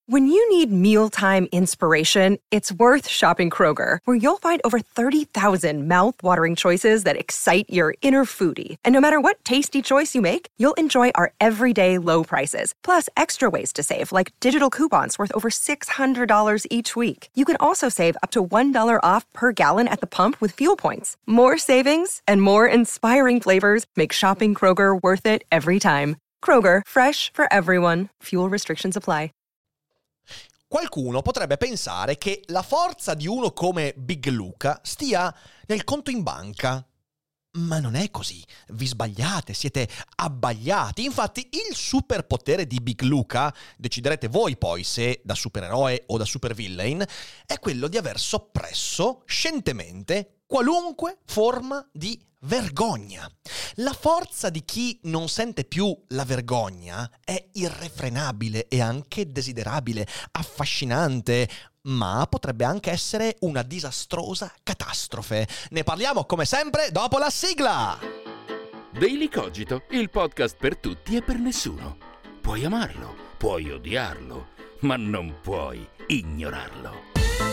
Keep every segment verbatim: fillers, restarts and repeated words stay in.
When you need mealtime inspiration, it's worth shopping Kroger, where you'll find over thirty thousand mouth-watering choices that excite your inner foodie. And no matter what tasty choice you make, you'll enjoy our everyday low prices, plus extra ways to save, like digital coupons worth over six hundred dollars each week. You can also save up to one dollar off per gallon at the pump with fuel points. More savings and more inspiring flavors make shopping Kroger worth it every time. Kroger, fresh for everyone. Fuel restrictions apply. Qualcuno potrebbe pensare che la forza di uno come Big Luca stia nel conto in banca. Ma non è così. Vi sbagliate, siete abbagliati. Infatti il superpotere di Big Luca, deciderete voi poi se da supereroe o da supervillain, è quello di aver soppresso scientemente qualunque forma di vergogna. La forza di chi non sente più la vergogna è irrefrenabile e anche desiderabile, affascinante, ma potrebbe anche essere una disastrosa catastrofe. Ne parliamo come sempre dopo la sigla! Daily Cogito, il podcast per tutti e per nessuno. Puoi amarlo, puoi odiarlo, ma non puoi ignorarlo.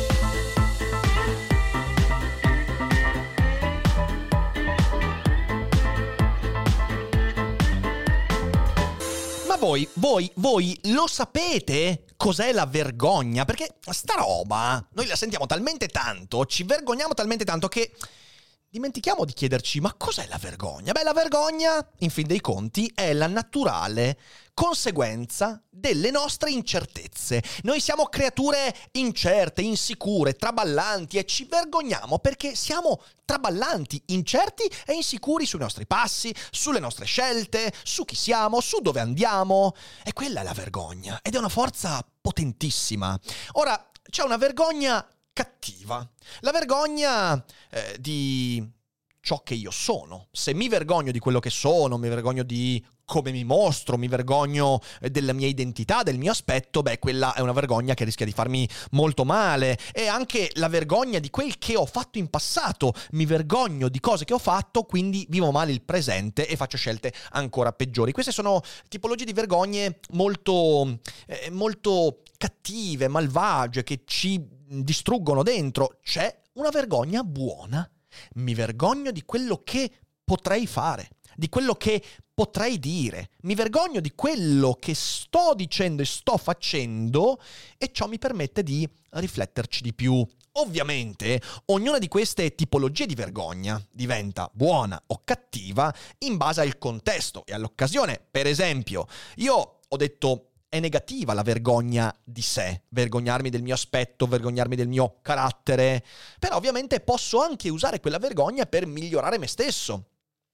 Ma voi, voi, voi lo sapete cos'è la vergogna? Perché sta roba, noi la sentiamo talmente tanto, ci vergogniamo talmente tanto che dimentichiamo di chiederci, ma cos'è la vergogna? Beh, la vergogna, in fin dei conti, è la naturale conseguenza delle nostre incertezze. Noi siamo creature incerte, insicure, traballanti e ci vergogniamo perché siamo traballanti, incerti e insicuri sui nostri passi, sulle nostre scelte, su chi siamo, su dove andiamo. E quella è la vergogna ed è una forza potentissima. Ora, c'è una vergogna cattiva. La vergogna eh, di ciò che io sono. Se mi vergogno di quello che sono, mi vergogno di come mi mostro, mi vergogno della mia identità, del mio aspetto, beh, quella è una vergogna che rischia di farmi molto male. E anche la vergogna di quel che ho fatto in passato. Mi vergogno di cose che ho fatto, quindi vivo male il presente e faccio scelte ancora peggiori. Queste sono tipologie di vergogne molto, eh, molto cattive, malvagie, che ci distruggono dentro. C'è una vergogna buona. Mi vergogno di quello che potrei fare, di quello che potrei dire. Mi vergogno di quello che sto dicendo e sto facendo e ciò mi permette di rifletterci di più. Ovviamente, ognuna di queste tipologie di vergogna diventa buona o cattiva in base al contesto e all'occasione. Per esempio, io ho detto è negativa la vergogna di sé, vergognarmi del mio aspetto, vergognarmi del mio carattere, però ovviamente posso anche usare quella vergogna per migliorare me stesso,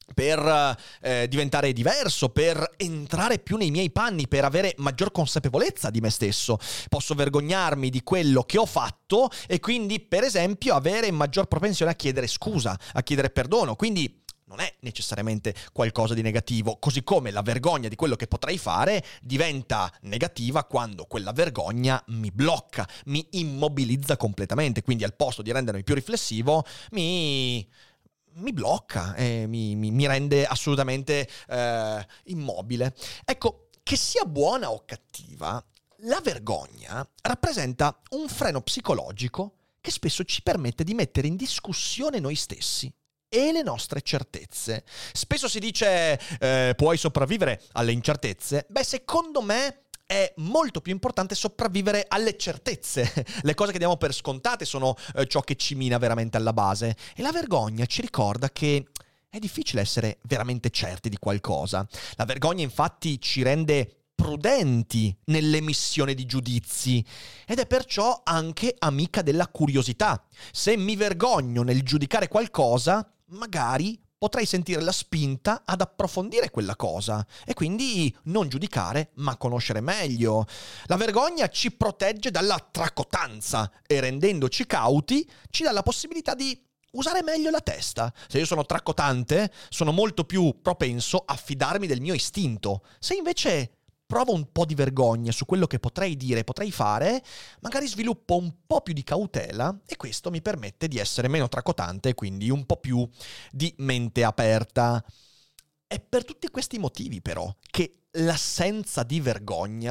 per eh, diventare diverso, per entrare più nei miei panni, per avere maggior consapevolezza di me stesso. Posso vergognarmi di quello che ho fatto e quindi, per esempio, avere maggior propensione a chiedere scusa, a chiedere perdono, quindi non è necessariamente qualcosa di negativo, così come la vergogna di quello che potrei fare diventa negativa quando quella vergogna mi blocca, mi immobilizza completamente, quindi al posto di rendermi più riflessivo mi, mi blocca e mi, mi, mi rende assolutamente eh, immobile. Ecco, che sia buona o cattiva, la vergogna rappresenta un freno psicologico che spesso ci permette di mettere in discussione noi stessi e le nostre certezze. Spesso si dice eh, puoi sopravvivere alle incertezze. Beh, secondo me è molto più importante sopravvivere alle certezze. Le cose che diamo per scontate sono eh, ciò che ci mina veramente alla base. E la vergogna ci ricorda che è difficile essere veramente certi di qualcosa. La vergogna infatti ci rende prudenti nell'emissione di giudizi ed è perciò anche amica della curiosità. Se mi vergogno nel giudicare qualcosa, magari potrei sentire la spinta ad approfondire quella cosa e quindi non giudicare ma conoscere meglio. La vergogna ci protegge dalla tracotanza e rendendoci cauti ci dà la possibilità di usare meglio la testa. Se io sono tracotante, sono molto più propenso a fidarmi del mio istinto. Se invece provo un po' di vergogna su quello che potrei dire, potrei fare, magari sviluppo un po' più di cautela e questo mi permette di essere meno tracotante e quindi un po' più di mente aperta. È per tutti questi motivi però che l'assenza di vergogna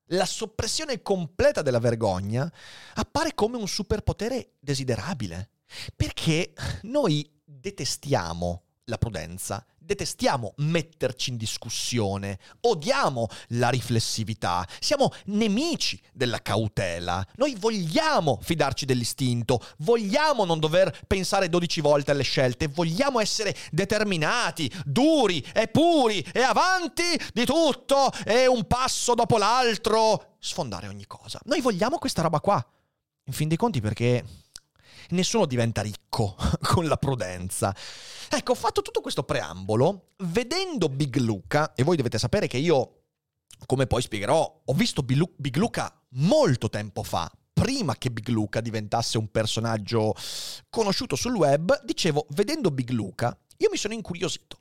la soppressione completa della vergogna appare come un superpotere desiderabile, perché noi detestiamo la prudenza, detestiamo metterci in discussione, odiamo la riflessività, siamo nemici della cautela. Noi vogliamo fidarci dell'istinto, vogliamo non dover pensare dodici volte alle scelte, vogliamo essere determinati, duri e puri e avanti di tutto e un passo dopo l'altro, sfondare ogni cosa. Noi vogliamo questa roba qua, in fin dei conti, perché nessuno diventa ricco con la prudenza. Ecco, ho fatto tutto questo preambolo vedendo Big Luca, e voi dovete sapere che io, come poi spiegherò, ho visto Big Luca molto tempo fa, prima che Big Luca diventasse un personaggio conosciuto sul web. Dicevo, vedendo Big Luca, io mi sono incuriosito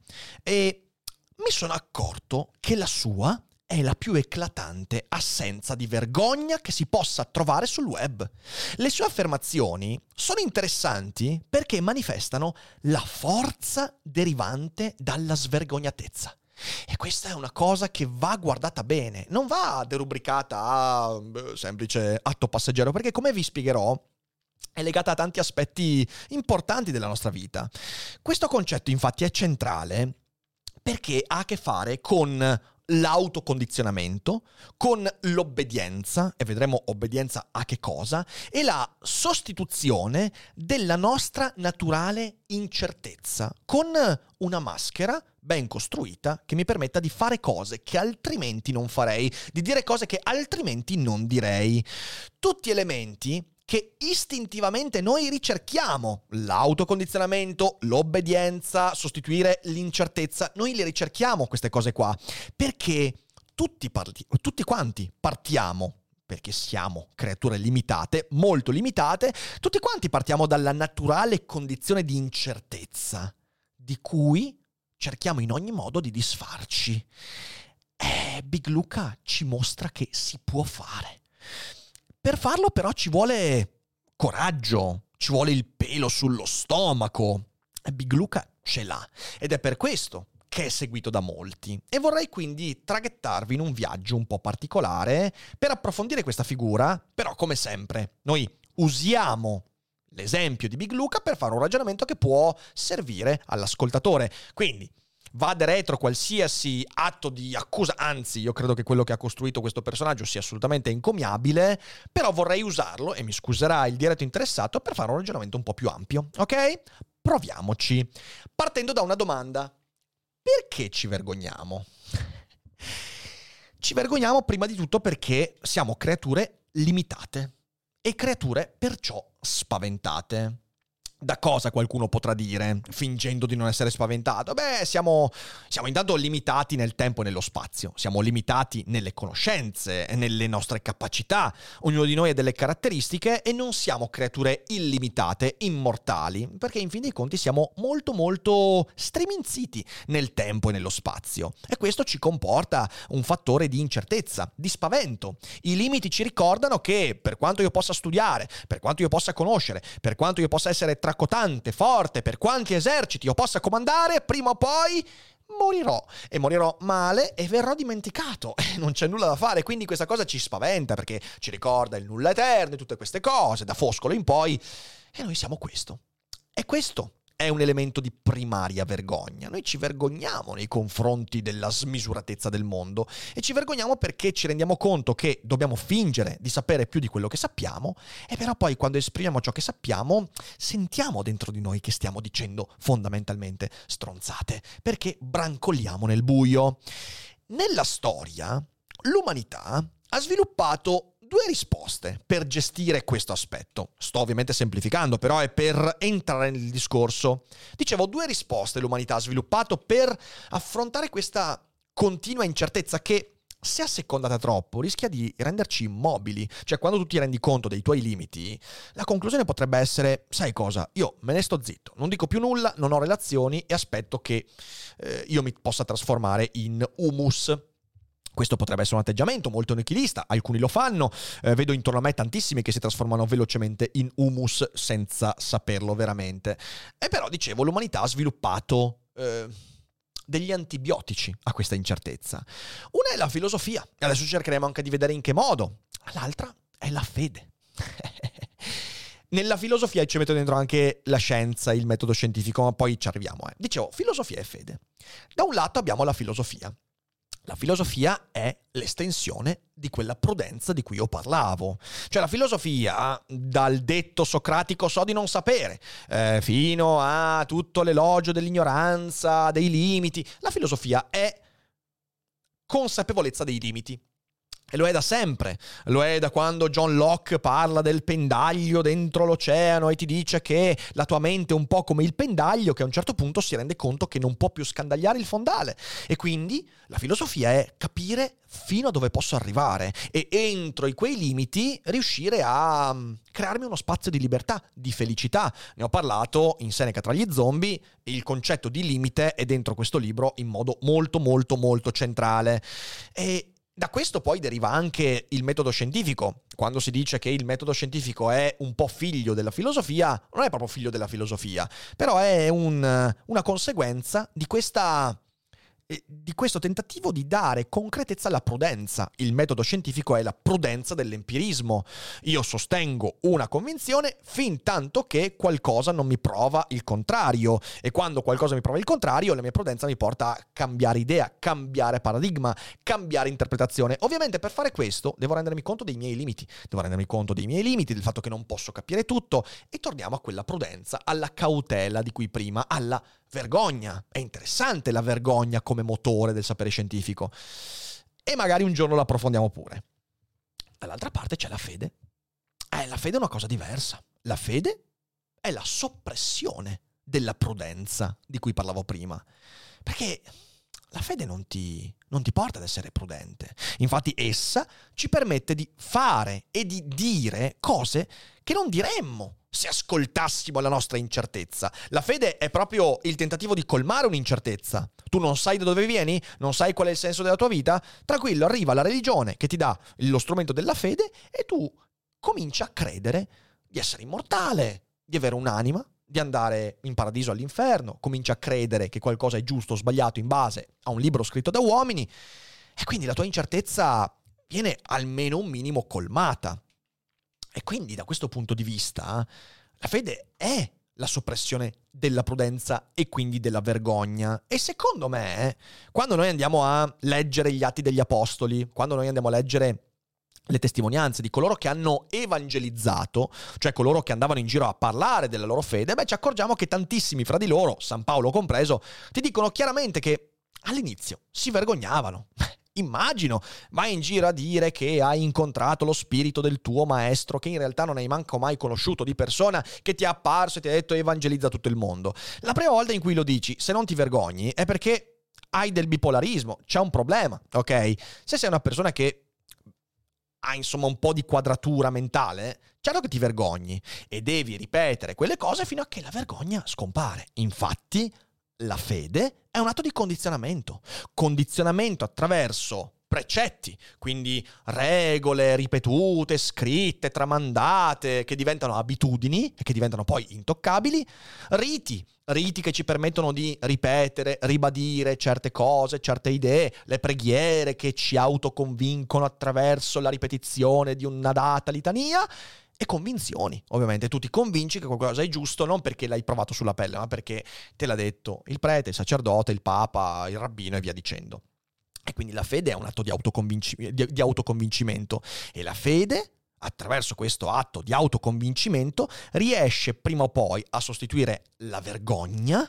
e mi sono accorto che la sua è la più eclatante assenza di vergogna che si possa trovare sul web. Le sue affermazioni sono interessanti perché manifestano la forza derivante dalla svergognatezza. E questa è una cosa che va guardata bene, non va derubricata a beh, semplice atto passeggero, perché, come vi spiegherò, è legata a tanti aspetti importanti della nostra vita. Questo concetto infatti è centrale perché ha a che fare con l'autocondizionamento, con l'obbedienza, e vedremo obbedienza a che cosa, e la sostituzione della nostra naturale incertezza con una maschera ben costruita che mi permetta di fare cose che altrimenti non farei, di dire cose che altrimenti non direi. Tutti elementi che istintivamente noi ricerchiamo: l'autocondizionamento, l'obbedienza, sostituire l'incertezza. Noi le ricerchiamo queste cose qua perché tutti, parti- tutti quanti partiamo, perché siamo creature limitate, molto limitate, tutti quanti partiamo dalla naturale condizione di incertezza, di cui cerchiamo in ogni modo di disfarci. E Big Luca ci mostra che si può fare. Per farlo però ci vuole coraggio, ci vuole il pelo sullo stomaco. E Big Luca ce l'ha, ed è per questo che è seguito da molti. E vorrei quindi traghettarvi in un viaggio un po' particolare per approfondire questa figura, però come sempre noi usiamo l'esempio di Big Luca per fare un ragionamento che può servire all'ascoltatore. Quindi vada retro qualsiasi atto di accusa, anzi io credo che quello che ha costruito questo personaggio sia assolutamente encomiabile, però vorrei usarlo, e mi scuserà il diretto interessato, per fare un ragionamento un po' più ampio, ok? Proviamoci, partendo da una domanda: perché ci vergogniamo? Ci vergogniamo prima di tutto perché siamo creature limitate e creature perciò spaventate. Da cosa, qualcuno potrà dire, fingendo di non essere spaventato? Beh, siamo, siamo intanto limitati nel tempo e nello spazio, siamo limitati nelle conoscenze, nelle nostre capacità, ognuno di noi ha delle caratteristiche e non siamo creature illimitate, immortali, perché in fin dei conti siamo molto molto striminziti nel tempo e nello spazio, e questo ci comporta un fattore di incertezza, di spavento. I limiti ci ricordano che per quanto io possa studiare, per quanto io possa conoscere, per quanto io possa essere tracotante, forte, per quanti eserciti io possa comandare, prima o poi morirò, e morirò male e verrò dimenticato e non c'è nulla da fare. Quindi questa cosa ci spaventa perché ci ricorda il nulla eterno e tutte queste cose da Foscolo in poi, e noi siamo questo. E questo è un elemento di primaria vergogna. Noi ci vergogniamo nei confronti della smisuratezza del mondo, e ci vergogniamo perché ci rendiamo conto che dobbiamo fingere di sapere più di quello che sappiamo, e però poi quando esprimiamo ciò che sappiamo sentiamo dentro di noi che stiamo dicendo fondamentalmente stronzate, perché brancoliamo nel buio. Nella storia l'umanità ha sviluppato due risposte per gestire questo aspetto. Sto ovviamente semplificando, però è per entrare nel discorso. Dicevo, due risposte l'umanità ha sviluppato per affrontare questa continua incertezza che, se assecondata troppo, rischia di renderci immobili. Cioè, quando tu ti rendi conto dei tuoi limiti, la conclusione potrebbe essere: sai cosa? Io me ne sto zitto, non dico più nulla, non ho relazioni e aspetto che eh, io mi possa trasformare in humus. Questo potrebbe essere un atteggiamento molto nichilista, alcuni lo fanno, eh, vedo intorno a me tantissimi che si trasformano velocemente in humus senza saperlo veramente. E però, dicevo, l'umanità ha sviluppato eh, degli antibiotici a questa incertezza. Una è la filosofia, e adesso cercheremo anche di vedere in che modo. L'altra è la fede. Nella filosofia ci metto dentro anche la scienza, il metodo scientifico, ma poi ci arriviamo. Eh. Dicevo, filosofia e fede. Da un lato abbiamo la filosofia. La filosofia è l'estensione di quella prudenza di cui io parlavo. Cioè la filosofia, dal detto socratico so di non sapere, eh, fino a tutto l'elogio dell'ignoranza, dei limiti, la filosofia è consapevolezza dei limiti. E lo è da sempre, lo è da quando John Locke parla del pendaglio dentro l'oceano e ti dice che la tua mente è un po' come il pendaglio che a un certo punto si rende conto che non può più scandagliare il fondale. E quindi la filosofia è capire fino a dove posso arrivare e entro quei limiti riuscire a crearmi uno spazio di libertà, di felicità. Ne ho parlato in Seneca tra gli zombie, il concetto di limite è dentro questo libro in modo molto molto molto centrale. E da questo poi deriva anche il metodo scientifico. Quando si dice che il metodo scientifico è un po' figlio della filosofia, non è proprio figlio della filosofia, però è un, una conseguenza di questa di questo tentativo di dare concretezza alla prudenza. Il metodo scientifico è la prudenza dell'empirismo. Io sostengo una convinzione fin tanto che qualcosa non mi prova il contrario, e quando qualcosa mi prova il contrario, la mia prudenza mi porta a cambiare idea, cambiare paradigma, cambiare interpretazione. Ovviamente per fare questo devo rendermi conto dei miei limiti, devo rendermi conto dei miei limiti, del fatto che non posso capire tutto, e torniamo a quella prudenza, alla cautela di cui prima, alla vergogna. È interessante la vergogna come motore del sapere scientifico, e magari un giorno la approfondiamo pure. Dall'altra parte c'è la fede. Eh, la fede è una cosa diversa. La fede è la soppressione della prudenza di cui parlavo prima, perché la fede non ti, non ti porta ad essere prudente. Infatti essa ci permette di fare e di dire cose che non diremmo se ascoltassimo la nostra incertezza. La fede è proprio il tentativo di colmare un'incertezza. Tu non sai da dove vieni? Non sai qual è il senso della tua vita? Tranquillo, arriva la religione che ti dà lo strumento della fede e tu cominci a credere di essere immortale, di avere un'anima, di andare in paradiso o all'inferno. Cominci a credere che qualcosa è giusto o sbagliato in base a un libro scritto da uomini, e quindi la tua incertezza viene almeno un minimo colmata. E quindi da questo punto di vista la fede è la soppressione della prudenza e quindi della vergogna. E secondo me, quando noi andiamo a leggere gli Atti degli Apostoli, quando noi andiamo a leggere le testimonianze di coloro che hanno evangelizzato, cioè coloro che andavano in giro a parlare della loro fede, beh, ci accorgiamo che tantissimi fra di loro, San Paolo compreso, ti dicono chiaramente che all'inizio si vergognavano. Immagino, vai in giro a dire che hai incontrato lo spirito del tuo maestro, che in realtà non hai manco mai conosciuto di persona, che ti è apparso e ti ha detto evangelizza tutto il mondo. La prima volta in cui lo dici, se non ti vergogni, è perché hai del bipolarismo, c'è un problema, ok? Se sei una persona che ha insomma un po' di quadratura mentale, certo che ti vergogni e devi ripetere quelle cose fino a che la vergogna scompare. Infatti, la fede è un atto di condizionamento, condizionamento attraverso precetti, quindi regole ripetute, scritte, tramandate, che diventano abitudini e che diventano poi intoccabili, riti, riti che ci permettono di ripetere, ribadire certe cose, certe idee, le preghiere che ci autoconvincono attraverso la ripetizione di una data litania, e convinzioni. Ovviamente tu ti convinci che qualcosa è giusto non perché l'hai provato sulla pelle, ma perché te l'ha detto il prete, il sacerdote, il papa, il rabbino e via dicendo. E quindi la fede è un atto di, autoconvinci- di, di autoconvincimento, e la fede, attraverso questo atto di autoconvincimento, riesce prima o poi a sostituire la vergogna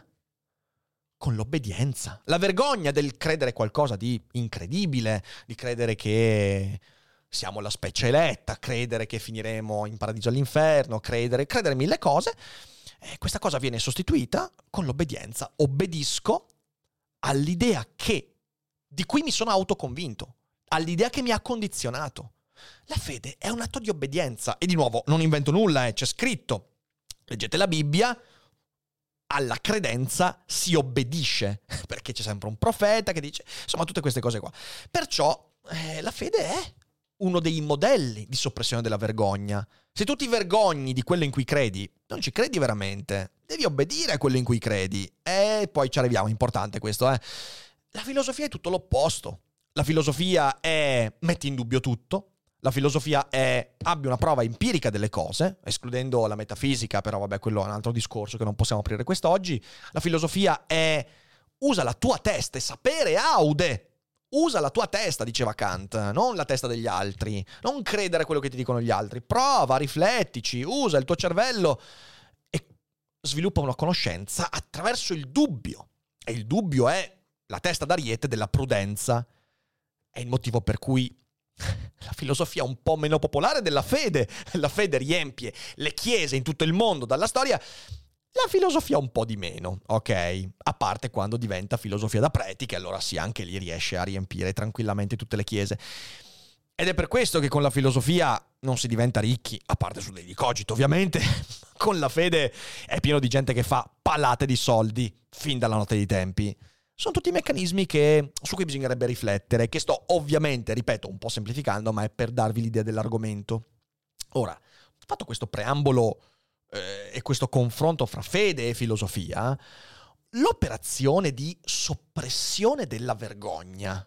con l'obbedienza. La vergogna del credere qualcosa di incredibile, di credere che siamo la specie eletta, credere che finiremo in paradiso all'inferno, credere, credere mille cose. E questa cosa viene sostituita con l'obbedienza. Obbedisco all'idea che di cui mi sono autoconvinto, all'idea che mi ha condizionato. La fede è un atto di obbedienza. E di nuovo, non invento nulla, eh, c'è scritto. Leggete la Bibbia, alla credenza si obbedisce, perché c'è sempre un profeta che dice, insomma, tutte queste cose qua. Perciò eh, la fede è uno dei modelli di soppressione della vergogna. Se tu ti vergogni di quello in cui credi, non ci credi veramente. Devi obbedire a quello in cui credi. E poi ci arriviamo, è importante questo, eh. La filosofia è tutto l'opposto. La filosofia è metti in dubbio tutto. La filosofia è abbi una prova empirica delle cose, escludendo la metafisica, però vabbè, quello è un altro discorso che non possiamo aprire quest'oggi. La filosofia è usa la tua testa e sapere aude. Usa la tua testa, diceva Kant, non la testa degli altri. Non credere a quello che ti dicono gli altri. Prova, riflettici, usa il tuo cervello e sviluppa una conoscenza attraverso il dubbio. E il dubbio è la testa d'ariete della prudenza. È il motivo per cui la filosofia è un po' meno popolare della fede. La fede riempie le chiese in tutto il mondo dalla storia. La filosofia un po' di meno, ok? A parte quando diventa filosofia da preti, che allora sì, anche lì riesce a riempire tranquillamente tutte le chiese. Ed è per questo che con la filosofia non si diventa ricchi, a parte su dei cogito ovviamente. Con la fede è pieno di gente che fa palate di soldi fin dalla notte dei tempi. Sono tutti meccanismi che, su cui bisognerebbe riflettere, che sto ovviamente, ripeto, un po' semplificando, ma è per darvi l'idea dell'argomento. Ora, fatto questo preambolo eh, e questo confronto fra fede e filosofia, l'operazione di soppressione della vergogna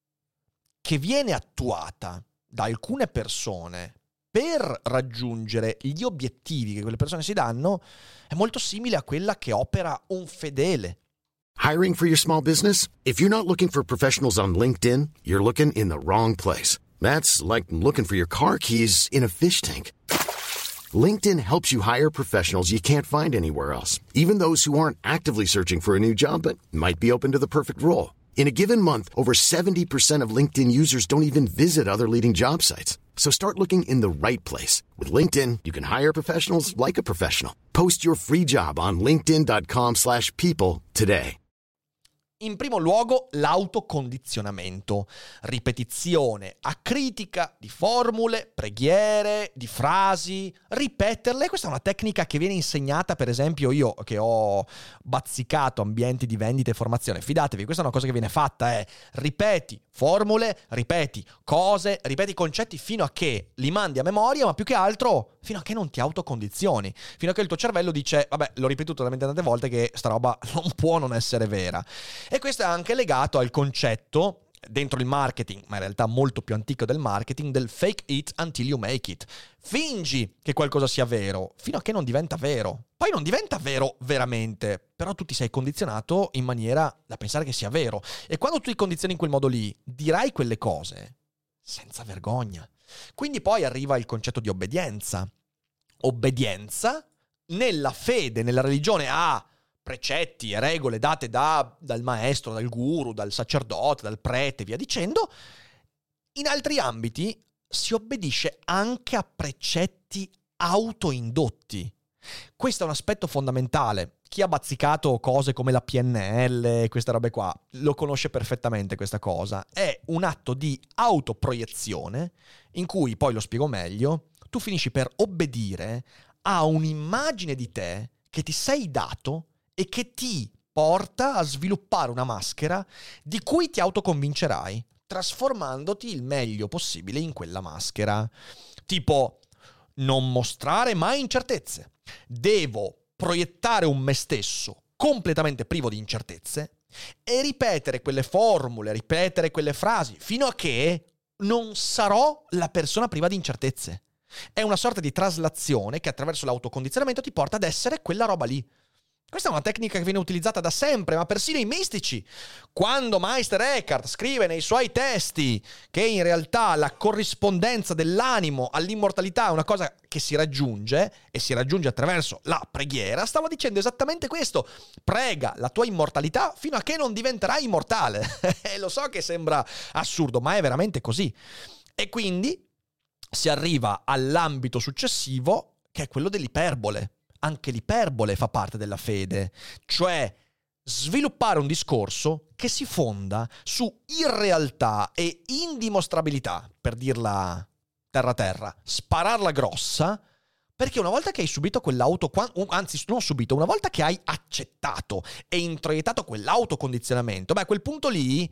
che viene attuata da alcune persone per raggiungere gli obiettivi che quelle persone si danno è molto simile a quella che opera un fedele. Hiring for your small business? If you're not looking for professionals on LinkedIn, you're looking in the wrong place. That's like looking for your car keys in a fish tank. LinkedIn helps you hire professionals you can't find anywhere else, even those who aren't actively searching for a new job but might be open to the perfect role. In a given month, over seventy percent of LinkedIn users don't even visit other leading job sites. So start looking in the right place. With LinkedIn, you can hire professionals like a professional. Post your free job on linkedin.com slash people today. In primo luogo, l'autocondizionamento, ripetizione acritica di formule, preghiere, di frasi, ripeterle. Questa è una tecnica che viene insegnata, per esempio, io che ho bazzicato ambienti di vendita e formazione. Fidatevi, questa è una cosa che viene fatta, è ripeti formule, ripeti cose, ripeti concetti fino a che li mandi a memoria, ma più che altro fino a che non ti autocondizioni, fino a che il tuo cervello dice, vabbè, l'ho ripetuto talmente tante volte che sta roba non può non essere vera. E questo è anche legato al concetto, dentro il marketing, ma in realtà molto più antico del marketing, del fake it until you make it. Fingi che qualcosa sia vero, fino a che non diventa vero. Poi non diventa vero veramente, però tu ti sei condizionato in maniera da pensare che sia vero. E quando tu ti condizioni in quel modo lì, dirai quelle cose senza vergogna. Quindi poi arriva il concetto di obbedienza. Obbedienza nella fede, nella religione a precetti e regole date da, dal maestro, dal guru, dal sacerdote, dal prete, via dicendo. In altri ambiti si obbedisce anche a precetti autoindotti. Questo è un aspetto fondamentale. Chi ha bazzicato cose come la P N L, queste robe qua, lo conosce perfettamente questa cosa. È un atto di autoproiezione in cui, poi lo spiego meglio, tu finisci per obbedire a un'immagine di te che ti sei dato e che ti porta a sviluppare una maschera di cui ti autoconvincerai, trasformandoti il meglio possibile in quella maschera. Tipo, non mostrare mai incertezze. Devo proiettare un me stesso completamente privo di incertezze e ripetere quelle formule, ripetere quelle frasi, fino a che non sarò la persona priva di incertezze. È una sorta di traslazione che attraverso l'autocondizionamento ti porta ad essere quella roba lì. Questa è una tecnica che viene utilizzata da sempre, ma persino i mistici. Quando Meister Eckhart scrive nei suoi testi che in realtà la corrispondenza dell'animo all'immortalità è una cosa che si raggiunge, e si raggiunge attraverso la preghiera, stava dicendo esattamente questo. Prega la tua immortalità fino a che non diventerai immortale. E lo so che sembra assurdo, ma è veramente così. E quindi si arriva all'ambito successivo, che è quello dell'iperbole. Anche l'iperbole fa parte della fede, cioè sviluppare un discorso che si fonda su irrealtà e indimostrabilità, per dirla terra terra, spararla grossa, perché una volta che hai subito quell'auto, anzi non subito, una volta che hai accettato e introiettato quell'autocondizionamento, beh, a quel punto lì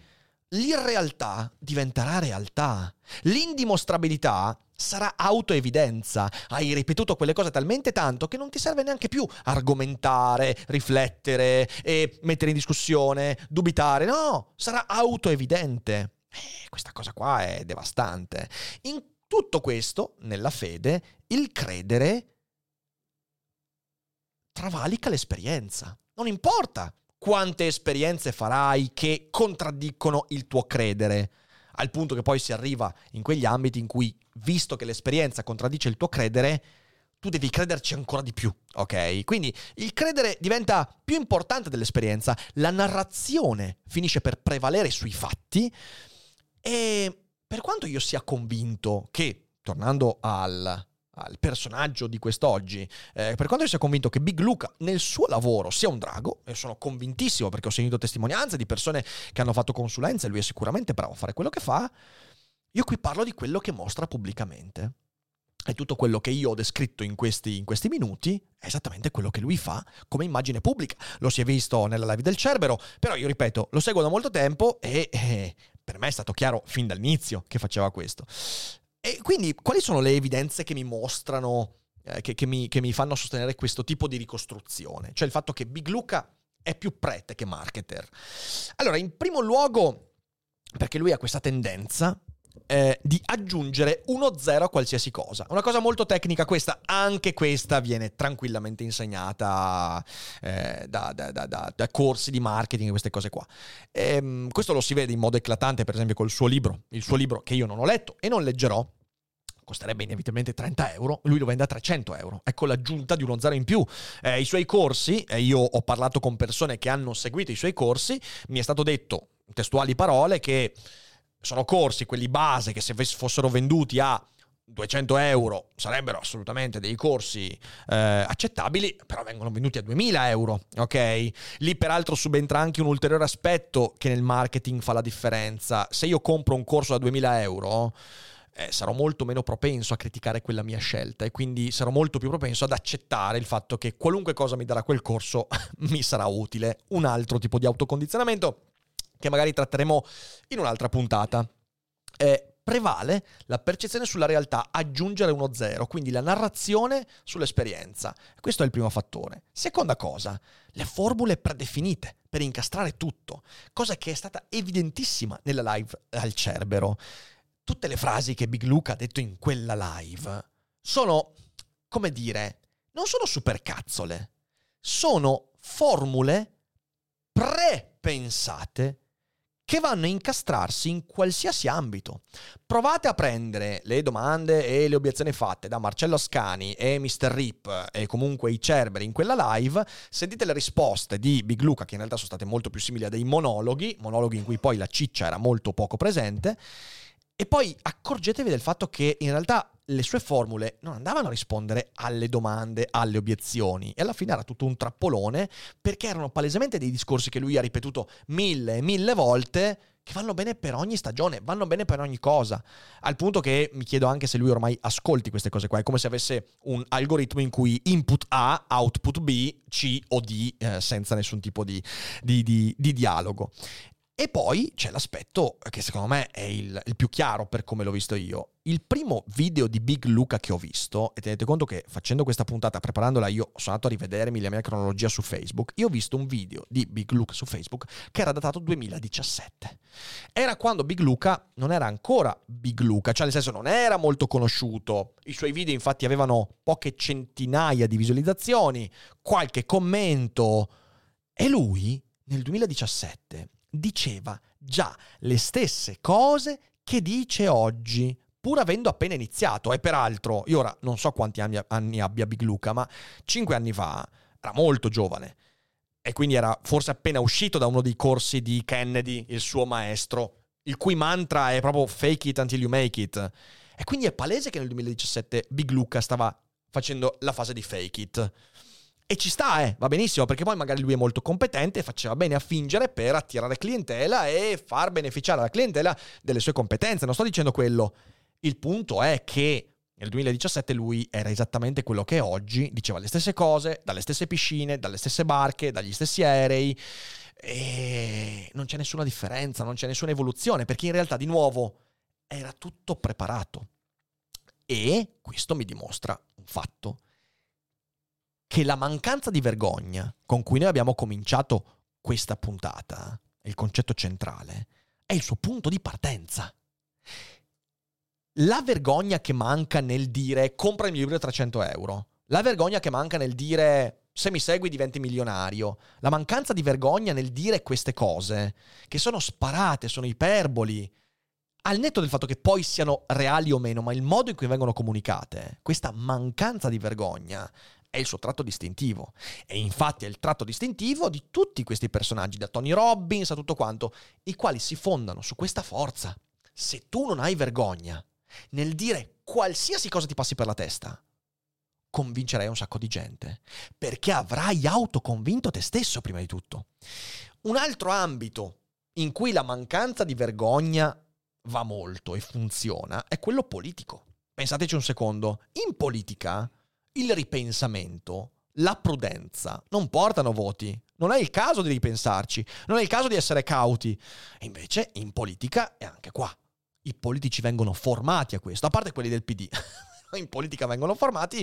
l'irrealtà diventerà realtà. L'indimostrabilità sarà autoevidenza. Hai ripetuto quelle cose talmente tanto che non ti serve neanche più argomentare, riflettere e mettere in discussione, dubitare. No, sarà autoevidente. Eh, questa cosa qua è devastante. In tutto questo, nella fede, il credere travalica l'esperienza. Non importa quante esperienze farai che contraddicono il tuo credere, al punto che poi si arriva in quegli ambiti in cui, visto che l'esperienza contraddice il tuo credere, tu devi crederci ancora di più, ok? Quindi il credere diventa più importante dell'esperienza, la narrazione finisce per prevalere sui fatti e per quanto io sia convinto che, tornando al... al personaggio di quest'oggi, eh, per quanto io sia convinto che Big Luca nel suo lavoro sia un drago, e sono convintissimo perché ho sentito testimonianze di persone che hanno fatto consulenza e lui è sicuramente bravo a fare quello che fa, io qui parlo di quello che mostra pubblicamente. E tutto quello che io ho descritto in questi, in questi minuti è esattamente quello che lui fa come immagine pubblica. Lo si è visto nella live del Cerbero, però io ripeto, lo seguo da molto tempo e eh, per me è stato chiaro fin dall'inizio che faceva questo. E quindi quali sono le evidenze che mi mostrano, eh, che, che, mi, che mi fanno sostenere questo tipo di ricostruzione? Cioè il fatto che Big Luca è più prete che marketer. Allora, in primo luogo, perché lui ha questa tendenza eh, di aggiungere uno zero a qualsiasi cosa. Una cosa molto tecnica questa, anche questa viene tranquillamente insegnata eh, da, da, da, da, da corsi di marketing e queste cose qua. E, questo lo si vede in modo eclatante, per esempio, col suo libro. Il suo libro, che io non ho letto e non leggerò, costerebbe inevitabilmente trenta euro, lui lo vende a trecento euro. Ecco l'aggiunta di uno zero in più. Eh, I suoi corsi, e io ho parlato con persone che hanno seguito i suoi corsi, mi è stato detto, testuali parole, che sono corsi, quelli base, che se fossero venduti a duecento euro sarebbero assolutamente dei corsi eh, accettabili, però vengono venduti a duemila euro, ok? Lì peraltro subentra anche un ulteriore aspetto che nel marketing fa la differenza. Se io compro un corso da duemila euro, eh, sarò molto meno propenso a criticare quella mia scelta e quindi sarò molto più propenso ad accettare il fatto che qualunque cosa mi darà quel corso mi sarà utile. Un altro tipo di autocondizionamento che magari tratteremo in un'altra puntata. Eh, prevale la percezione sulla realtà, aggiungere uno zero, quindi la narrazione sull'esperienza. Questo è il primo fattore. Seconda cosa, le formule predefinite per incastrare tutto, cosa che è stata evidentissima nella live al Cerbero. Tutte le frasi che Big Luca ha detto in quella live sono, come dire, non sono supercazzole, sono formule prepensate che vanno a incastrarsi in qualsiasi ambito. Provate a prendere le domande e le obiezioni fatte da Marcello Ascani e mister Rip e comunque i Cerberi in quella live, sentite le risposte di Big Luca, che in realtà sono state molto più simili a dei monologhi, monologhi in cui poi la ciccia era molto poco presente, e poi accorgetevi del fatto che in realtà le sue formule non andavano a rispondere alle domande, alle obiezioni, e alla fine era tutto un trappolone, perché erano palesemente dei discorsi che lui ha ripetuto mille e mille volte, che vanno bene per ogni stagione, vanno bene per ogni cosa, al punto che mi chiedo anche se lui ormai ascolti queste cose qua. È come se avesse un algoritmo in cui input A, output B, C o D, eh, senza nessun tipo di, di, di, di dialogo. E poi c'è l'aspetto che secondo me è il, il più chiaro per come l'ho visto io. Il primo video di Big Luca che ho visto, e tenete conto che facendo questa puntata, preparandola io, sono andato a rivedermi la mia cronologia su Facebook, io ho visto un video di Big Luca su Facebook che era datato duemiladiciassette. Era quando Big Luca non era ancora Big Luca, cioè nel senso non era molto conosciuto. I suoi video infatti avevano poche centinaia di visualizzazioni, qualche commento, e lui nel duemiladiciassette diceva già le stesse cose che dice oggi, pur avendo appena iniziato. E peraltro, io ora non so quanti anni, anni abbia Big Luca, ma cinque anni fa era molto giovane. E quindi era forse appena uscito da uno dei corsi di Kennedy, il suo maestro, il cui mantra è proprio fake it until you make it. E quindi è palese che nel duemiladiciassette Big Luca stava facendo la fase di fake it. E ci sta, eh, va benissimo, perché poi magari lui è molto competente e faceva bene a fingere per attirare clientela e far beneficiare la clientela delle sue competenze. Non sto dicendo quello. Il punto è che nel duemiladiciassette lui era esattamente quello che è oggi, diceva le stesse cose, dalle stesse piscine, dalle stesse barche, dagli stessi aerei, E non c'è nessuna differenza, non c'è nessuna evoluzione, perché in realtà, di nuovo, era tutto preparato. E questo mi dimostra un fatto, che la mancanza di vergogna con cui noi abbiamo cominciato questa puntata, il concetto centrale, è il suo punto di partenza. La vergogna che manca nel dire compra il mio libro a trecento euro, la vergogna che manca nel dire se mi segui diventi milionario, la mancanza di vergogna nel dire queste cose, che sono sparate, sono iperboli, al netto del fatto che poi siano reali o meno, ma il modo in cui vengono comunicate, questa mancanza di vergogna è il suo tratto distintivo. E infatti è il tratto distintivo di tutti questi personaggi, da Tony Robbins a tutto quanto, i quali si fondano su questa forza. Se tu non hai vergogna nel dire qualsiasi cosa ti passi per la testa, convincerai un sacco di gente, perché avrai autoconvinto te stesso prima di tutto. Un altro ambito in cui la mancanza di vergogna va molto e funziona è quello politico. Pensateci un secondo. In politica il ripensamento, la prudenza non portano voti. Non è il caso di ripensarci, non è il caso di essere cauti. E invece in politica è anche qua. I politici vengono formati a questo, a parte quelli del P D. In politica vengono formati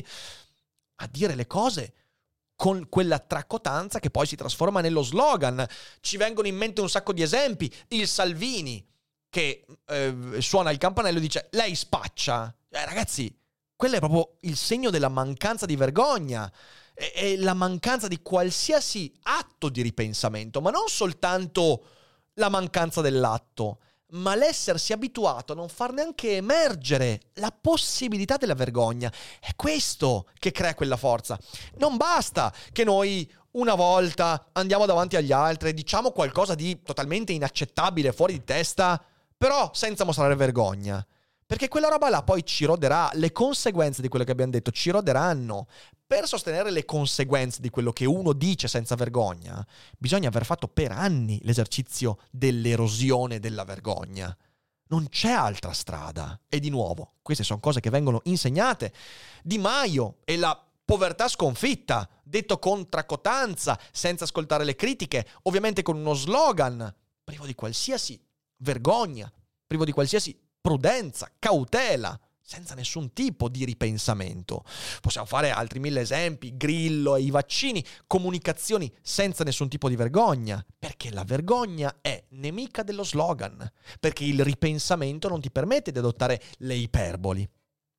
a dire le cose con quella tracotanza che poi si trasforma nello slogan. Ci vengono in mente un sacco di esempi. Il Salvini che eh, suona il campanello e dice lei spaccia. Eh, ragazzi, quello è proprio il segno della mancanza di vergogna e, e la mancanza di qualsiasi atto di ripensamento, ma non soltanto la mancanza dell'atto, ma l'essersi abituato a non far neanche emergere la possibilità della vergogna. È questo che crea quella forza. Non basta che noi una volta andiamo davanti agli altri e diciamo qualcosa di totalmente inaccettabile, fuori di testa, però senza mostrare vergogna. Perché quella roba là poi ci roderà, le conseguenze di quello che abbiamo detto ci roderanno. Per sostenere le conseguenze di quello che uno dice senza vergogna, bisogna aver fatto per anni l'esercizio dell'erosione della vergogna. Non c'è altra strada. E di nuovo, queste sono cose che vengono insegnate. Di Maio e la povertà sconfitta, detto con tracotanza, senza ascoltare le critiche, ovviamente con uno slogan privo di qualsiasi vergogna, privo di qualsiasi prudenza, cautela, senza nessun tipo di ripensamento. Possiamo fare altri mille esempi, Grillo e i vaccini, comunicazioni senza nessun tipo di vergogna, perché la vergogna è nemica dello slogan, perché il ripensamento non ti permette di adottare le iperboli,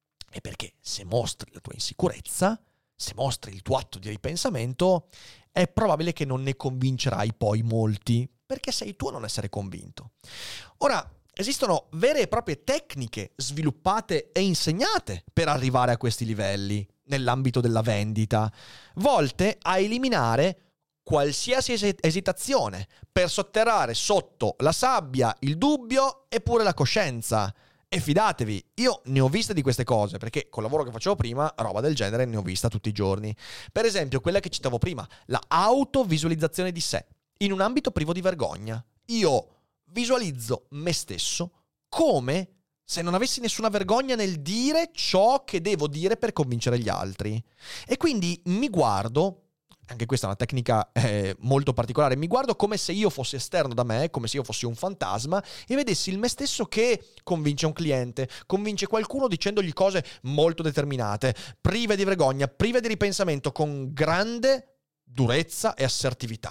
e perché se mostri la tua insicurezza, se mostri il tuo atto di ripensamento, è probabile che non ne convincerai poi molti, perché sei tu a non essere convinto. Ora, esistono vere e proprie tecniche sviluppate e insegnate per arrivare a questi livelli nell'ambito della vendita, volte a eliminare qualsiasi es- esitazione per sotterrare sotto la sabbia il dubbio e pure la coscienza. E fidatevi, io ne ho viste di queste cose, perché col lavoro che facevo prima, roba del genere ne ho vista tutti i giorni. Per esempio, quella che citavo prima, la autovisualizzazione di sé, in un ambito privo di vergogna. Io visualizzo me stesso come se non avessi nessuna vergogna nel dire ciò che devo dire per convincere gli altri. E quindi mi guardo, anche questa è una tecnica eh, molto particolare, mi guardo come se io fossi esterno da me, come se io fossi un fantasma e vedessi il me stesso che convince un cliente, convince qualcuno dicendogli cose molto determinate, prive di vergogna, prive di ripensamento, con grande durezza e assertività.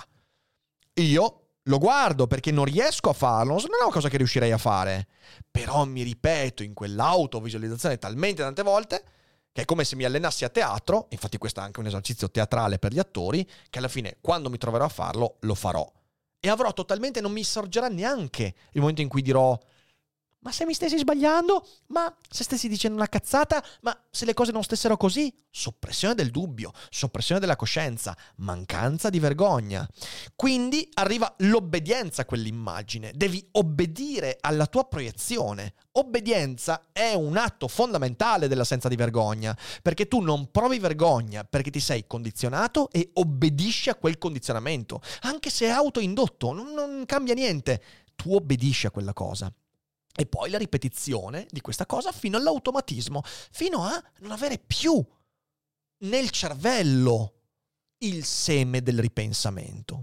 Io lo guardo perché non riesco a farlo, non è una cosa che riuscirei a fare, però mi ripeto in quell'autovisualizzazione talmente tante volte che è come se mi allenassi a teatro, infatti questo è anche un esercizio teatrale per gli attori, che alla fine quando mi troverò a farlo, lo farò. E avrò totalmente, non mi sorgerà neanche il momento in cui dirò ma se mi stessi sbagliando? Ma se stessi dicendo una cazzata? Ma se le cose non stessero così? Soppressione del dubbio, soppressione della coscienza, mancanza di vergogna. Quindi arriva l'obbedienza a quell'immagine. Devi obbedire alla tua proiezione. Obbedienza è un atto fondamentale dell'assenza di vergogna, perché tu non provi vergogna perché ti sei condizionato e obbedisci a quel condizionamento. Anche se è autoindotto, non, non cambia niente. Tu obbedisci a quella cosa. E poi la ripetizione di questa cosa fino all'automatismo, fino a non avere più nel cervello il seme del ripensamento.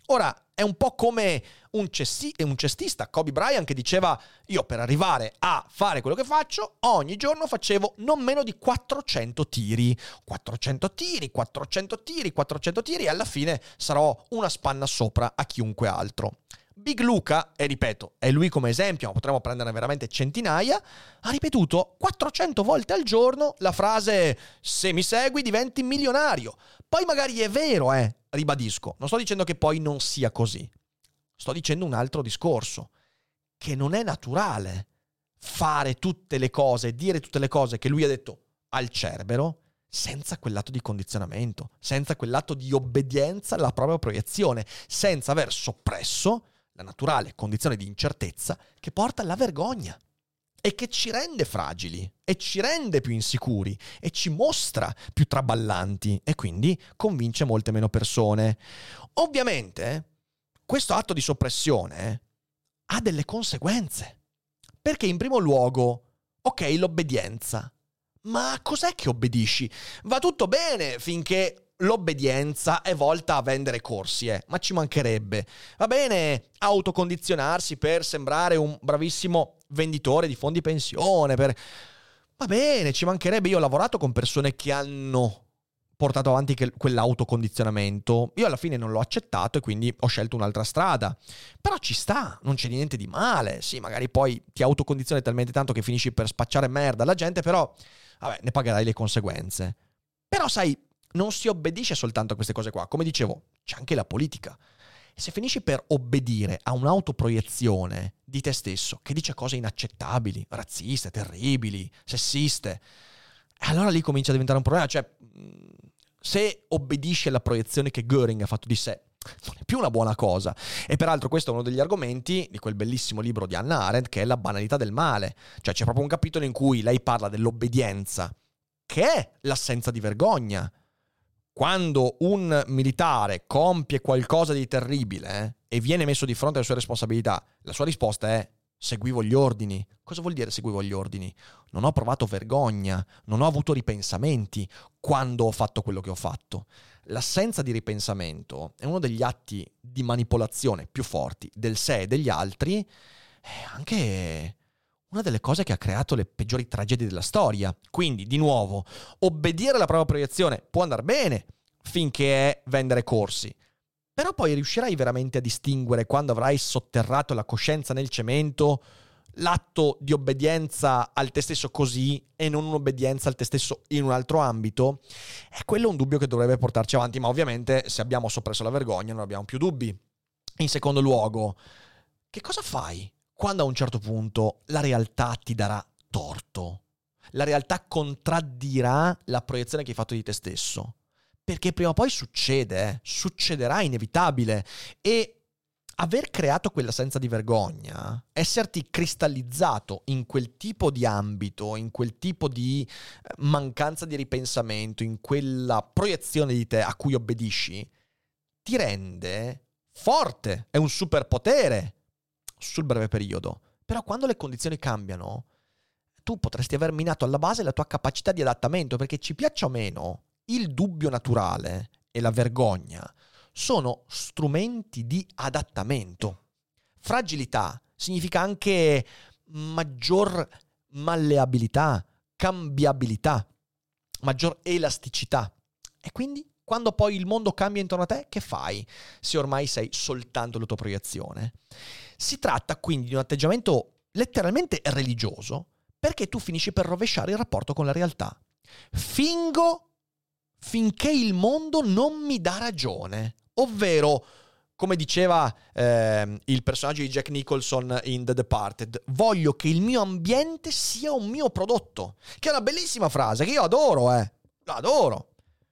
Ora, è un po' come un, cessi- un cestista, Kobe Bryant, che diceva: io per arrivare a fare quello che faccio, ogni giorno facevo non meno di quattrocento tiri. quattrocento tiri, quattrocento tiri, quattrocento tiri, e alla fine sarò una spanna sopra a chiunque altro. Big Luca, e ripeto, è lui come esempio, ma potremmo prenderne veramente centinaia, ha ripetuto quattrocento volte al giorno la frase: se mi segui diventi milionario. Poi magari è vero, eh, ribadisco, non sto dicendo che poi non sia così. Sto dicendo un altro discorso, che non è naturale fare tutte le cose, dire tutte le cose che lui ha detto al Cerbero, senza quell'atto di condizionamento, senza quell'atto di obbedienza alla propria proiezione, senza aver soppresso la naturale condizione di incertezza che porta alla vergogna e che ci rende fragili e ci rende più insicuri e ci mostra più traballanti e quindi convince molte meno persone. Ovviamente questo atto di soppressione ha delle conseguenze, perché in primo luogo, ok, l'obbedienza, ma cos'è che obbedisci? Va tutto bene finché l'obbedienza è volta a vendere corsi, eh, ma ci mancherebbe. Va bene autocondizionarsi per sembrare un bravissimo venditore di fondi pensione, per... va bene, ci mancherebbe. Io ho lavorato con persone che hanno portato avanti che, quell'autocondizionamento. Io alla fine non l'ho accettato e quindi ho scelto un'altra strada. Però ci sta, non c'è niente di male. Sì, magari poi ti autocondizioni talmente tanto che finisci per spacciare merda alla gente, però vabbè, ne pagherai le conseguenze. Però sai, non si obbedisce soltanto a queste cose qua. Come dicevo, c'è anche la politica. E se finisci per obbedire a un'autoproiezione di te stesso che dice cose inaccettabili, razziste, terribili, sessiste, allora lì comincia a diventare un problema. Cioè, se obbedisci alla proiezione che Göring ha fatto di sé, non è più una buona cosa. E peraltro questo è uno degli argomenti di quel bellissimo libro di Hannah Arendt, che è La banalità del male. Cioè c'è proprio un capitolo in cui lei parla dell'obbedienza, che è l'assenza di vergogna. Quando un militare compie qualcosa di terribile eh, e viene messo di fronte alle sue responsabilità, la sua risposta è: seguivo gli ordini. Cosa vuol dire seguivo gli ordini? Non ho provato vergogna, non ho avuto ripensamenti quando ho fatto quello che ho fatto. L'assenza di ripensamento è uno degli atti di manipolazione più forti del sé e degli altri, è anche una delle cose che ha creato le peggiori tragedie della storia. Quindi, di nuovo, obbedire alla propria proiezione può andare bene finché è vendere corsi. Però poi riuscirai veramente a distinguere, quando avrai sotterrato la coscienza nel cemento, l'atto di obbedienza al te stesso così e non un'obbedienza al te stesso in un altro ambito? È quello un dubbio che dovrebbe portarci avanti, ma ovviamente se abbiamo soppresso la vergogna non abbiamo più dubbi. In secondo luogo, che cosa fai quando a un certo punto la realtà ti darà torto? La realtà contraddirà la proiezione che hai fatto di te stesso. Perché prima o poi succede, eh? Succederà, inevitabile. E aver creato quella senza di vergogna, esserti cristallizzato in quel tipo di ambito, in quel tipo di mancanza di ripensamento, in quella proiezione di te a cui obbedisci, ti rende forte, è un superpotere sul breve periodo. Però quando le condizioni cambiano, tu potresti aver minato alla base la tua capacità di adattamento, perché ci piaccia o meno, il dubbio naturale e la vergogna sono strumenti di adattamento. Fragilità significa anche maggior malleabilità, cambiabilità, maggior elasticità. E quindi, quando poi il mondo cambia intorno a te, che fai se ormai sei soltanto la tua proiezione? Si tratta quindi di un atteggiamento letteralmente religioso, perché tu finisci per rovesciare il rapporto con la realtà. Fingo finché il mondo non mi dà ragione. Ovvero, come diceva eh, il personaggio di Jack Nicholson in The Departed, voglio che il mio ambiente sia un mio prodotto. Che è una bellissima frase, che io adoro, eh. Lo adoro.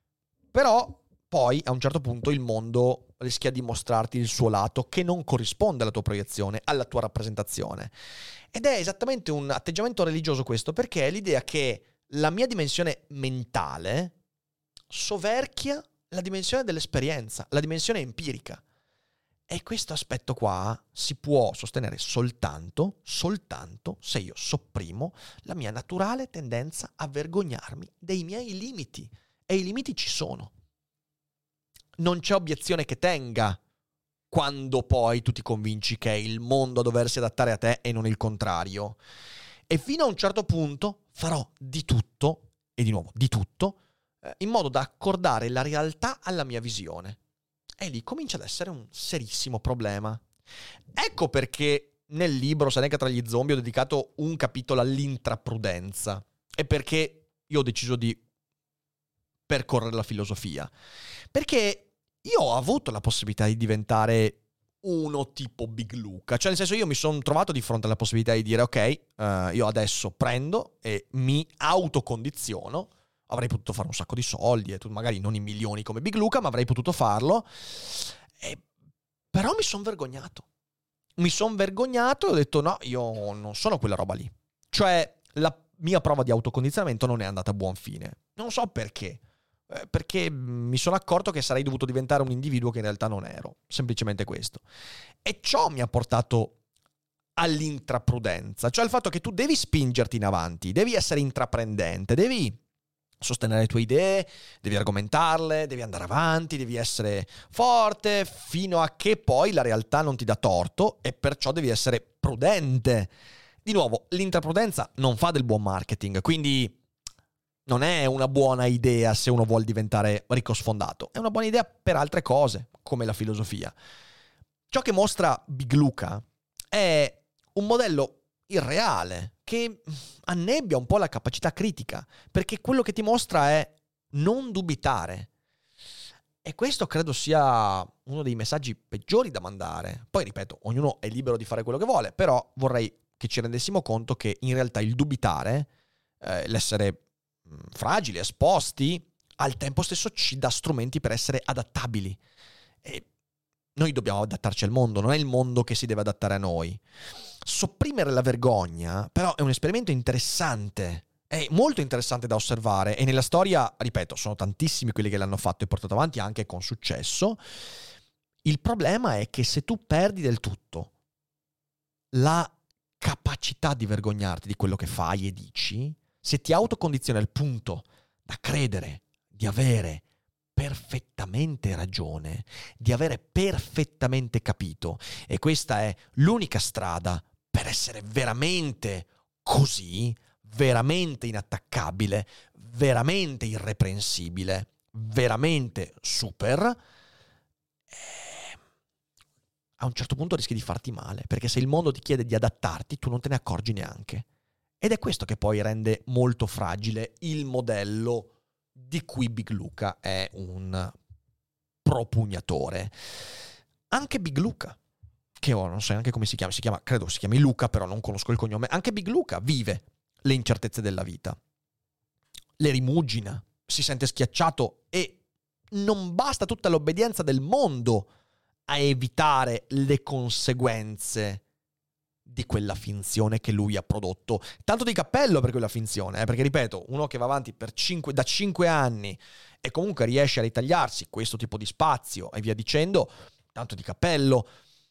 Però poi a un certo punto il mondo rischia di mostrarti il suo lato che non corrisponde alla tua proiezione, alla tua rappresentazione. Ed è esattamente un atteggiamento religioso questo, perché è l'idea che la mia dimensione mentale soverchia la dimensione dell'esperienza, la dimensione empirica. E questo aspetto qua si può sostenere soltanto, soltanto se io sopprimo la mia naturale tendenza a vergognarmi dei miei limiti. E i limiti ci sono. Non c'è obiezione che tenga quando poi tu ti convinci che è il mondo a doversi adattare a te e non il contrario. E fino a un certo punto farò di tutto, e di nuovo di tutto, eh, in modo da accordare la realtà alla mia visione. E lì comincia ad essere un serissimo problema. Ecco perché nel libro Seneca tra gli zombie ho dedicato un capitolo all'intraprudenza. E perché io ho deciso di percorrere la filosofia. Perché io ho avuto la possibilità di diventare uno tipo Big Luca. Cioè, nel senso, io mi sono trovato di fronte alla possibilità di dire ok, uh, io adesso prendo e mi autocondiziono. Avrei potuto fare un sacco di soldi, e tu, magari non i milioni come Big Luca, ma avrei potuto farlo. E... Però mi sono vergognato. Mi sono vergognato e ho detto no, io non sono quella roba lì. Cioè, la mia prova di autocondizionamento non è andata a buon fine. Non so perché. Eh, perché mi sono accorto che sarei dovuto diventare un individuo che in realtà non ero. Semplicemente questo. E ciò mi ha portato all'intraprudenza. Cioè il fatto che tu devi spingerti in avanti, devi essere intraprendente, devi sostenere le tue idee, devi argomentarle, devi andare avanti, devi essere forte fino a che poi la realtà non ti dà torto e perciò devi essere prudente. Di nuovo, l'intraprudenza non fa del buon marketing, quindi non è una buona idea se uno vuole diventare ricco sfondato. È una buona idea per altre cose, come la filosofia. Ciò che mostra Big Luca è un modello irreale che annebbia un po' la capacità critica, perché quello che ti mostra è non dubitare. E questo credo sia uno dei messaggi peggiori da mandare. Poi, ripeto, ognuno è libero di fare quello che vuole, però vorrei che ci rendessimo conto che in realtà il dubitare, eh, l'essere fragili, esposti, al tempo stesso ci dà strumenti per essere adattabili. E noi dobbiamo adattarci al mondo, non è il mondo che si deve adattare a noi. Sopprimere la vergogna, però, è un esperimento interessante, è molto interessante da osservare, e nella storia, ripeto, sono tantissimi quelli che l'hanno fatto e portato avanti anche con successo. Il problema è che se tu perdi del tutto la capacità di vergognarti di quello che fai e dici, se ti autocondizioni al punto da credere di avere perfettamente ragione, di avere perfettamente capito, e questa è l'unica strada per essere veramente così, veramente inattaccabile, veramente irreprensibile, veramente super, eh, a un certo punto rischi di farti male, perché se il mondo ti chiede di adattarti, tu non te ne accorgi neanche. Ed è questo che poi rende molto fragile il modello di cui Big Luca è un propugnatore. Anche Big Luca, che ora non so neanche come si chiama, si chiama, credo si chiami Luca, però non conosco il cognome, anche Big Luca vive le incertezze della vita, le rimugina, si sente schiacciato e non basta tutta l'obbedienza del mondo a evitare le conseguenze di quella finzione che lui ha prodotto. Tanto di cappello per quella finzione, eh? Perché ripeto, uno che va avanti per cinque, da cinque anni e comunque riesce a ritagliarsi questo tipo di spazio e via dicendo, tanto di cappello.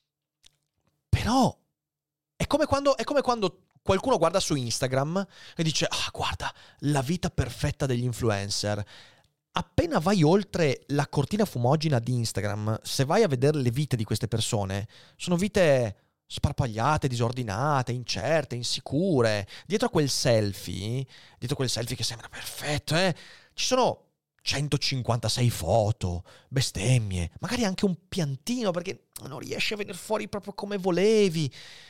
Però è come quando, è come quando qualcuno guarda su Instagram e dice ah, guarda, la vita perfetta degli influencer. Appena vai oltre la cortina fumogena di Instagram, se vai a vedere le vite di queste persone, sono vite sparpagliate, disordinate, incerte, insicure. Dietro a quel selfie, dietro a quel selfie che sembra perfetto, eh, ci sono centocinquantasei foto, bestemmie, magari anche un piantino perché non riesce a venire fuori proprio come volevi.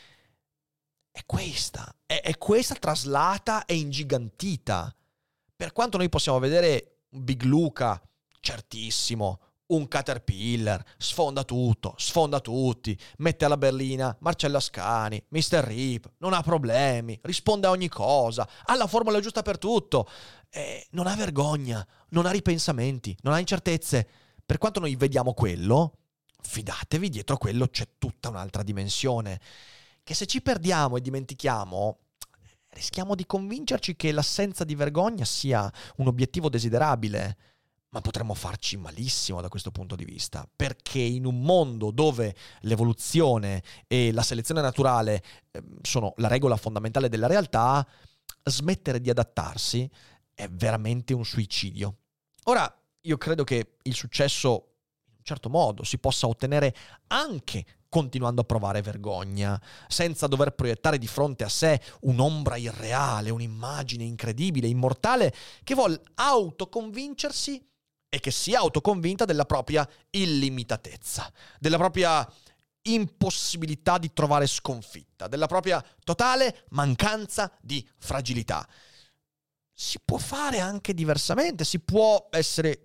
È questa, è, è questa traslata e ingigantita. Per quanto noi possiamo vedere Big Luca, certissimo, un Caterpillar, sfonda tutto, sfonda tutti, mette alla berlina Marcello Ascani, mister Rip, non ha problemi, risponde a ogni cosa, ha la formula giusta per tutto, eh, non ha vergogna, non ha ripensamenti, non ha incertezze. Per quanto noi vediamo quello, fidatevi, dietro a quello c'è tutta un'altra dimensione, che se ci perdiamo e dimentichiamo, rischiamo di convincerci che l'assenza di vergogna sia un obiettivo desiderabile. Ma potremmo farci malissimo da questo punto di vista, perché in un mondo dove l'evoluzione e la selezione naturale eh, sono la regola fondamentale della realtà, smettere di adattarsi è veramente un suicidio. Ora, io credo che il successo in un certo modo si possa ottenere anche continuando a provare vergogna, senza dover proiettare di fronte a sé un'ombra irreale, un'immagine incredibile, immortale, che vuol autoconvincersi e che sia autoconvinta della propria illimitatezza, della propria impossibilità di trovare sconfitta, della propria totale mancanza di fragilità. Si può fare anche diversamente, si può essere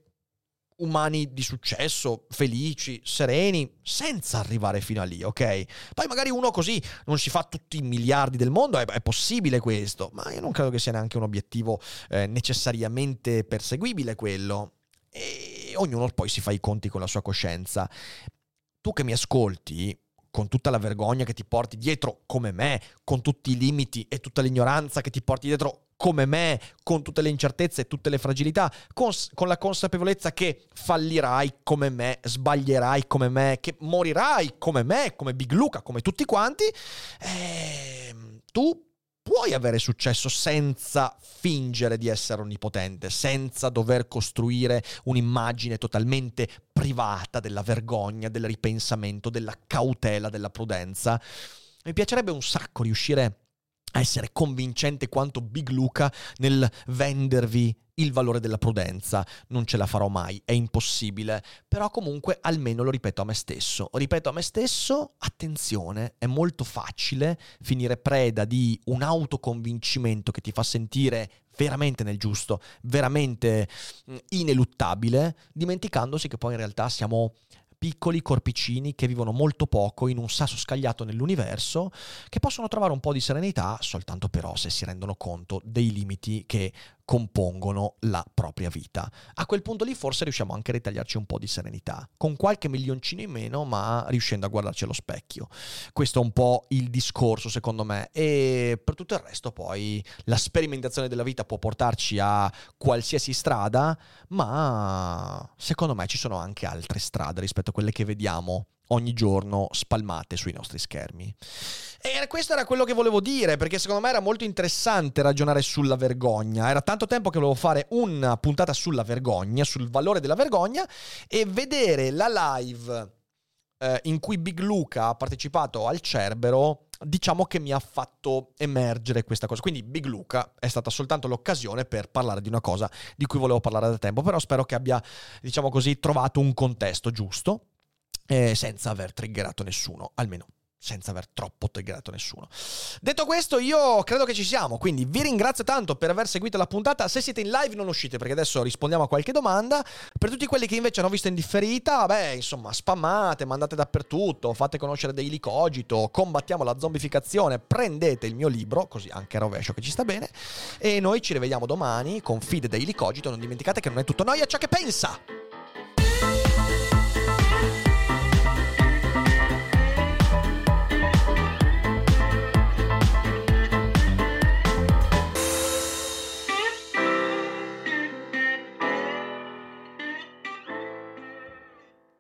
umani di successo, felici, sereni, senza arrivare fino a lì, ok? Poi magari uno così non si fa tutti i miliardi del mondo, è, è possibile questo, ma io non credo che sia neanche un obiettivo eh, necessariamente perseguibile quello. E ognuno poi si fa i conti con la sua coscienza. Tu che mi ascolti, con tutta la vergogna che ti porti dietro come me, con tutti i limiti e tutta l'ignoranza che ti porti dietro come me, con tutte le incertezze e tutte le fragilità, con, con la consapevolezza che fallirai come me, sbaglierai come me, che morirai come me, come Big Luca, come tutti quanti, eh, tu puoi avere successo senza fingere di essere onnipotente, senza dover costruire un'immagine totalmente privata della vergogna, del ripensamento, della cautela, della prudenza. Mi piacerebbe un sacco riuscire a essere convincente quanto Big Luca nel vendervi il valore della prudenza. Non ce la farò mai, è impossibile, però comunque almeno lo ripeto a me stesso. Ripeto a me stesso, attenzione, è molto facile finire preda di un autoconvincimento che ti fa sentire veramente nel giusto, veramente ineluttabile, dimenticandosi che poi in realtà siamo piccoli corpicini che vivono molto poco in un sasso scagliato nell'universo, che possono trovare un po' di serenità soltanto però se si rendono conto dei limiti che compongono la propria vita. A quel punto lì forse riusciamo anche a ritagliarci un po' di serenità, con qualche milioncino in meno, ma riuscendo a guardarci allo specchio. Questo è un po' il discorso, secondo me, e per tutto il resto poi la sperimentazione della vita può portarci a qualsiasi strada, ma secondo me ci sono anche altre strade rispetto a quelle che vediamo ogni giorno spalmate sui nostri schermi. E questo era quello che volevo dire, perché secondo me era molto interessante ragionare sulla vergogna. Era tanto tempo che volevo fare una puntata sulla vergogna, sul valore della vergogna, e vedere la live eh, in cui Big Luca ha partecipato al Cerbero, diciamo che mi ha fatto emergere questa cosa. Quindi Big Luca è stata soltanto l'occasione per parlare di una cosa di cui volevo parlare da tempo, però spero che abbia, diciamo così, trovato un contesto giusto, Eh, senza aver triggerato nessuno, almeno senza aver troppo triggerato nessuno. Detto questo, io credo che ci siamo, quindi vi ringrazio tanto per aver seguito la puntata. Se siete in live non uscite, perché adesso rispondiamo a qualche domanda. Per tutti quelli che invece hanno visto in differita, beh, insomma, spammate, mandate dappertutto, fate conoscere Daily Cogito, combattiamo la zombificazione, prendete il mio libro, così anche a rovescio che ci sta bene, e noi ci rivediamo domani con Feed Daily Cogito. Non dimenticate che non è tutto noia ciò che pensa!